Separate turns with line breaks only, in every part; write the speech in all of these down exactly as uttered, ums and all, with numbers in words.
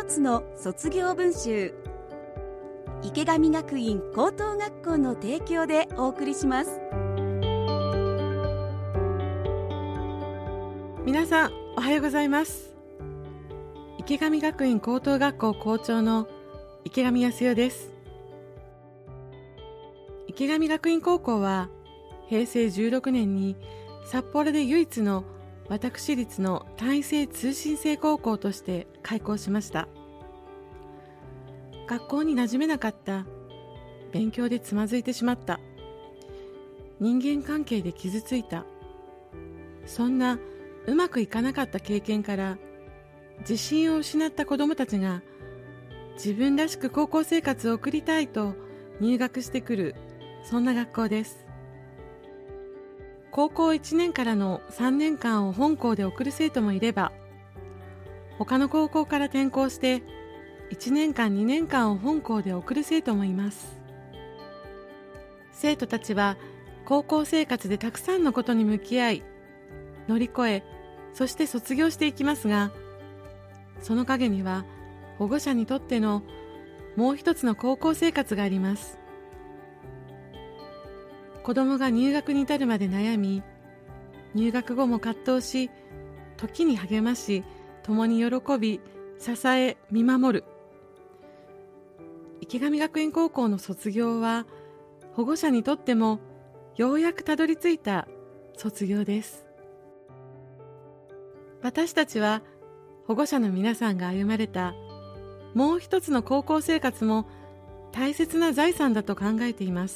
つの卒業文集、池上学院高等学校の提供でお送りします。
皆さんおはようございます。池上学院高等学校校長の池上康代です。池上学院高校はへいせいじゅうろくねんに札幌で唯一の私立の単位制通信制高校として開校しました。学校に馴染めなかった、勉強でつまずいてしまった、人間関係で傷ついた、そんなうまくいかなかった経験から自信を失った子どもたちが自分らしく高校生活を送りたいと入学してくる、そんな学校です。高校いちねんからのさんねんかんを本校で送る生徒もいれば、他の高校から転校していちねんかんにねんかんを本校で送る生徒もいます。生徒たちは高校生活でたくさんのことに向き合い、乗り越え、そして卒業していきますが、その陰には保護者にとってのもう一つの高校生活があります。子供が入学に至るまで悩み、入学後も葛藤し、時に励まし、共に喜び、支え、見守る。池上学院高校の卒業は、保護者にとってもようやくたどり着いた卒業です。私たちは保護者の皆さんが歩まれたもう一つの高校生活も大切な財産だと考えています。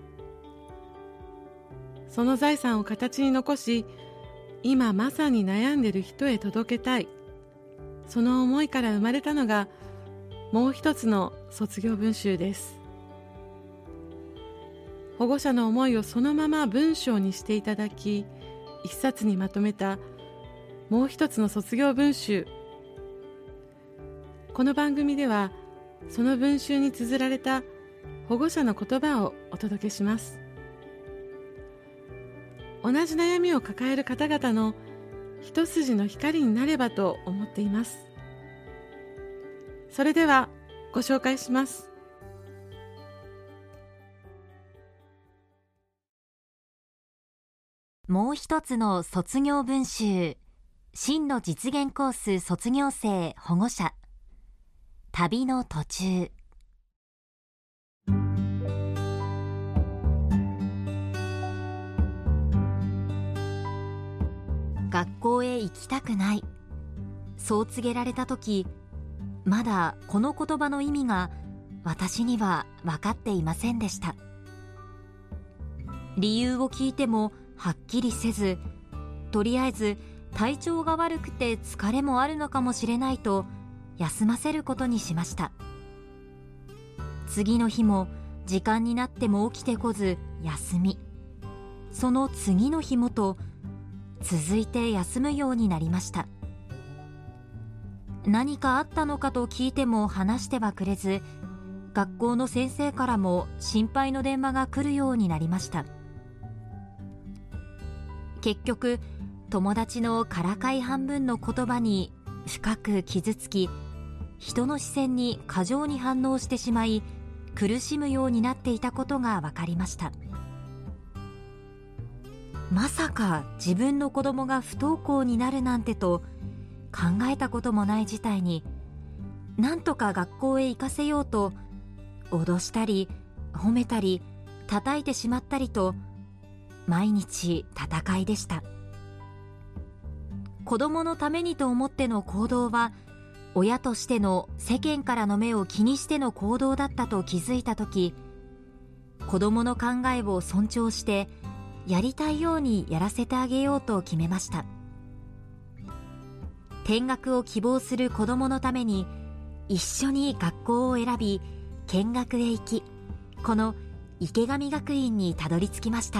その財産を形に残し、今まさに悩んでいる人へ届けたい、その思いから生まれたのがもう一つの卒業文集です。保護者の思いをそのまま文章にしていただき、一冊にまとめたもう一つの卒業文集。この番組ではその文集に綴られた保護者の言葉をお届けします。同じ悩みを抱える方々の一筋の光になればと思っています。それではご紹介します。
もう一つの卒業文集、真の実現コース卒業生保護者、旅の途中。学校へ行きたくない、そう告げられたとき、まだこの言葉の意味が私には分かっていませんでした。理由を聞いてもはっきりせず、とりあえず体調が悪くて疲れもあるのかもしれないと休ませることにしました。次の日も時間になっても起きてこず休み、その次の日もと続いて休むようになりました。何かあったのかと聞いても話してはくれず、学校の先生からも心配の電話が来るようになりました。結局友達のからかい半分の言葉に深く傷つき、人の視線に過剰に反応してしまい苦しむようになっていたことが分かりました。まさか自分の子供が不登校になるなんてと考えたこともない事態に、なんとか学校へ行かせようと脅したり褒めたり叩いてしまったりと毎日戦いでした。子供のためにと思っての行動は親としての世間からの目を気にしての行動だったと気づいたとき、子供の考えを尊重してやりたいようにやらせてあげようと決めました。転学を希望する子供のために一緒に学校を選び見学へ行き、この池上学院にたどり着きました。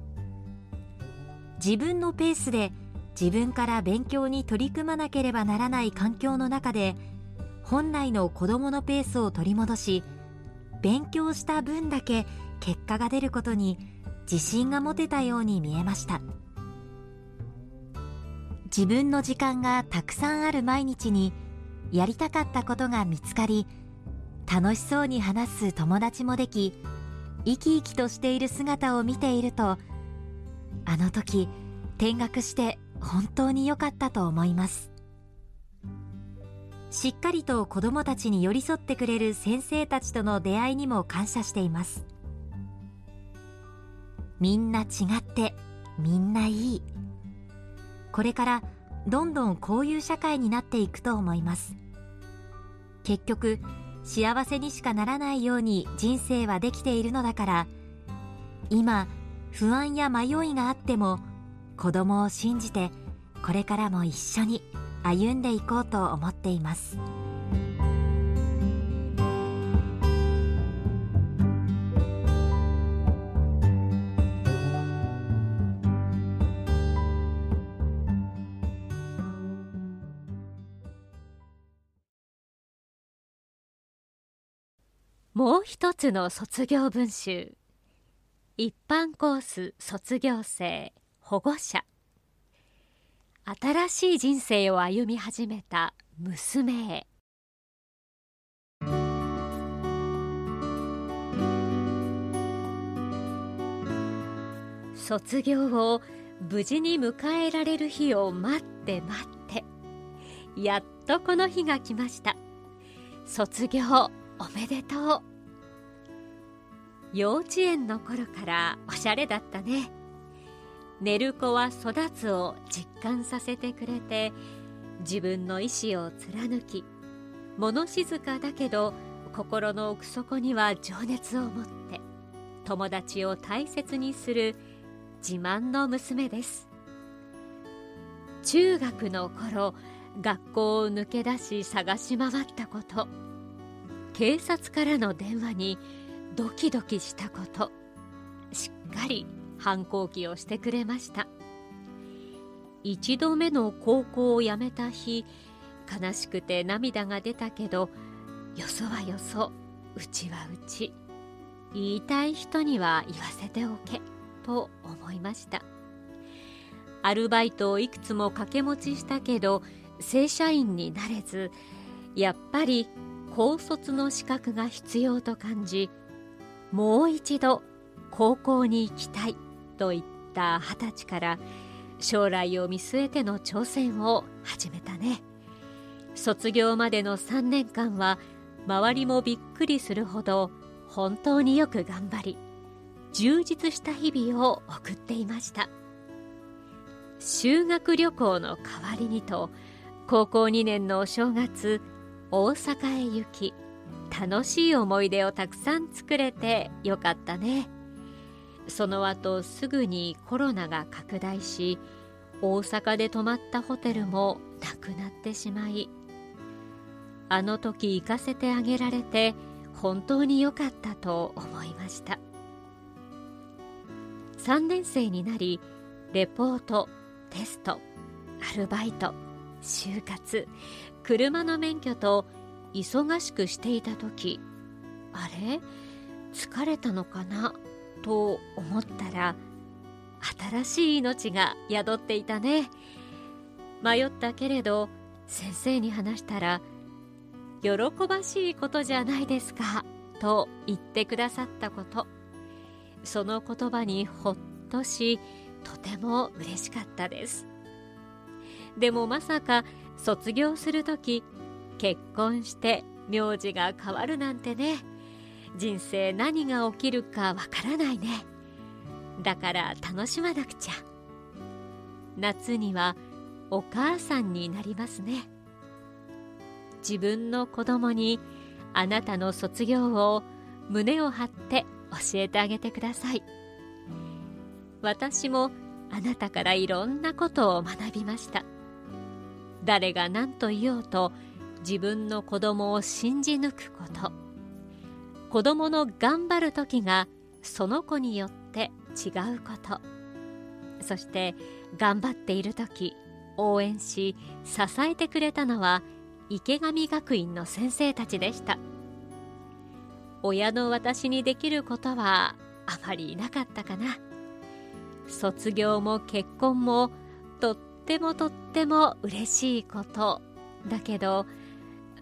自分のペースで自分から勉強に取り組まなければならない環境の中で、本来の子どものペースを取り戻し、勉強した分だけ結果が出ることに自信が持てたように見えました。自分の時間がたくさんある毎日にやりたかったことが見つかり、楽しそうに話す友達もでき、生き生きとしている姿を見ていると、あの時転学して本当に良かったと思います。しっかりと子どもたちに寄り添ってくれる先生たちとの出会いにも感謝しています。みんな違ってみんないい。これからどんどんこういう社会になっていくと思います。結局幸せにしかならないように人生はできているのだから、今不安や迷いがあっても子供を信じて、これからも一緒に歩んでいこうと思っています。
もう一つの卒業文集、一般コース卒業生保護者。新しい人生を歩み始めた娘へ。卒業を無事に迎えられる日を待って待って、やっとこの日が来ました。卒業おめでとう。幼稚園の頃からおしゃれだったね。寝る子は育つを実感させてくれて、自分の意志を貫き、物静かだけど心の奥底には情熱を持って友達を大切にする自慢の娘です。中学の頃、学校を抜け出し探し回ったこと、警察からの電話にドキドキしたこと、しっかり反抗期をしてくれました。一度目の高校を辞めた日、悲しくて涙が出たけど、よそはよそ、うちはうち、言いたい人には言わせておけと思いました。アルバイトをいくつも掛け持ちしたけど正社員になれず、やっぱり高卒の資格が必要と感じ、もう一度高校に行きたいと言った二十歳から将来を見据えての挑戦を始めたね。卒業までのさんねんかんは周りもびっくりするほど本当によく頑張り、充実した日々を送っていました。修学旅行の代わりにと、高校にねんのお正月、大阪へ行き、楽しい思い出をたくさん作れてよかったね。その後すぐにコロナが拡大し、大阪で泊まったホテルもなくなってしまい、あの時行かせてあげられて本当によかったと思いました。さんねん生になり、レポート、テスト、アルバイト、就活、車の免許と忙しくしていた時、あれ、疲れたのかなと思ったら、新しい命が宿っていたね。迷ったけれど先生に話したら、喜ばしいことじゃないですかと言ってくださったこと、その言葉にほっとし、とても嬉しかったです。でもまさか卒業するとき結婚して名字が変わるなんてね。人生何が起きるかわからないね。だから楽しまなくちゃ。夏にはお母さんになりますね。自分の子供にあなたの卒業を胸を張って教えてあげてください。私もあなたからいろんなことを学びました。誰が何と言おうと自分の子供を信じ抜くこと、子供の頑張る時がその子によって違うこと、そして頑張っている時応援し支えてくれたのは池上学院の先生たちでした。親の私にできることはあまりいなかったかな。卒業も結婚もとってもとっても嬉しいことだけど、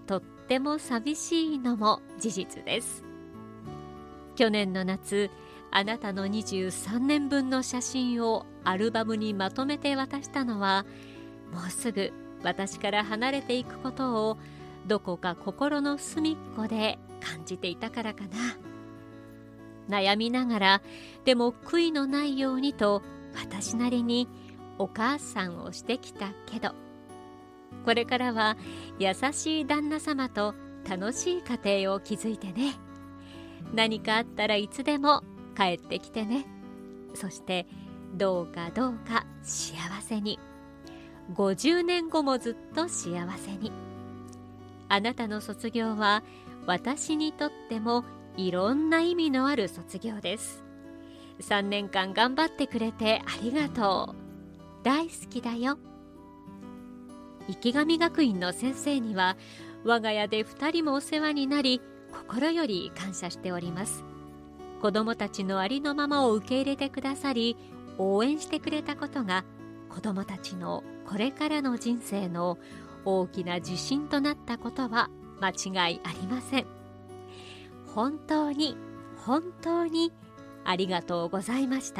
っても寂しいのも事実です。去年の夏、あなたのにじゅうさんねんぶんの写真をアルバムにまとめて渡したのは、もうすぐ私から離れていくことをどこか心の隅っこで感じていたからかな。悩みながら、でも悔いのないようにと私なりにお母さんをしてきたけど、これからは優しい旦那様と楽しい家庭を築いてね。何かあったらいつでも帰ってきてね。そしてどうかどうか幸せに、ごじゅうねんごもずっと幸せに。あなたの卒業は私にとってもいろんな意味のある卒業です。さんねんかん頑張ってくれてありがとう。大好きだよ。池上学院の先生には我が家でふたりもお世話になり、心より感謝しております。子どもたちのありのままを受け入れてくださり、応援してくれたことが子どもたちのこれからの人生の大きな自信となったことは間違いありません。本当に本当にありがとうございました。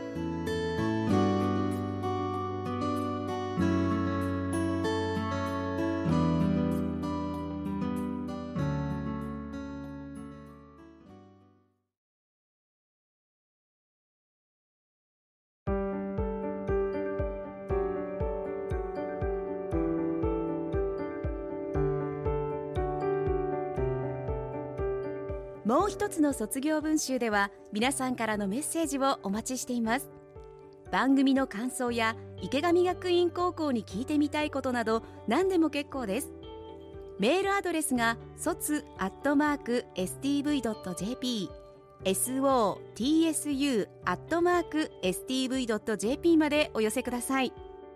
もう一つの卒業文集では皆さんからのメッセージをお待ちしています。番組の感想や池上学院高校に聞いてみたいことなど何でも結構です。メールアドレスが卒アットマーク エスティーブイドットジェーピー ソツ アットマーク エスティーブイドットジェーピー までお寄せください。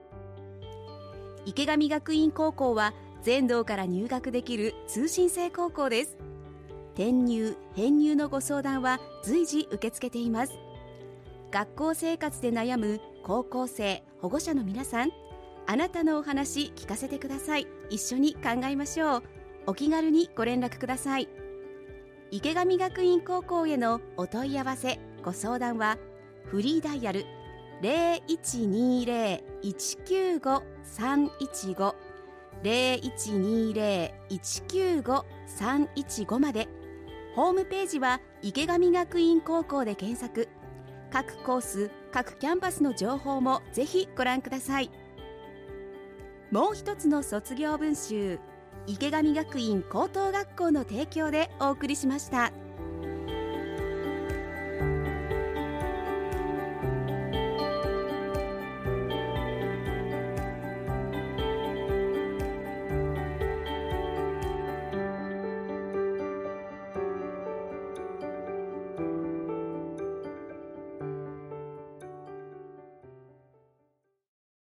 池上学院高校は全道から入学できる通信制高校です。転入・編入のご相談は随時受け付けています。学校生活で悩む高校生・保護者の皆さん、あなたのお話聞かせてください。一緒に考えましょう。お気軽にご連絡ください。池上学院高校へのお問い合わせ・ご相談はフリーダイヤル ゼロいちにゼロ いちきゅうご さんいちご ゼロいちにゼロ いちきゅうご さんいちご まで。ホームページは池上学院高校で検索。各コース、各キャンパスの情報もぜひご覧ください。もう一つの卒業文集、池上学院高等学校の提供でお送りしました。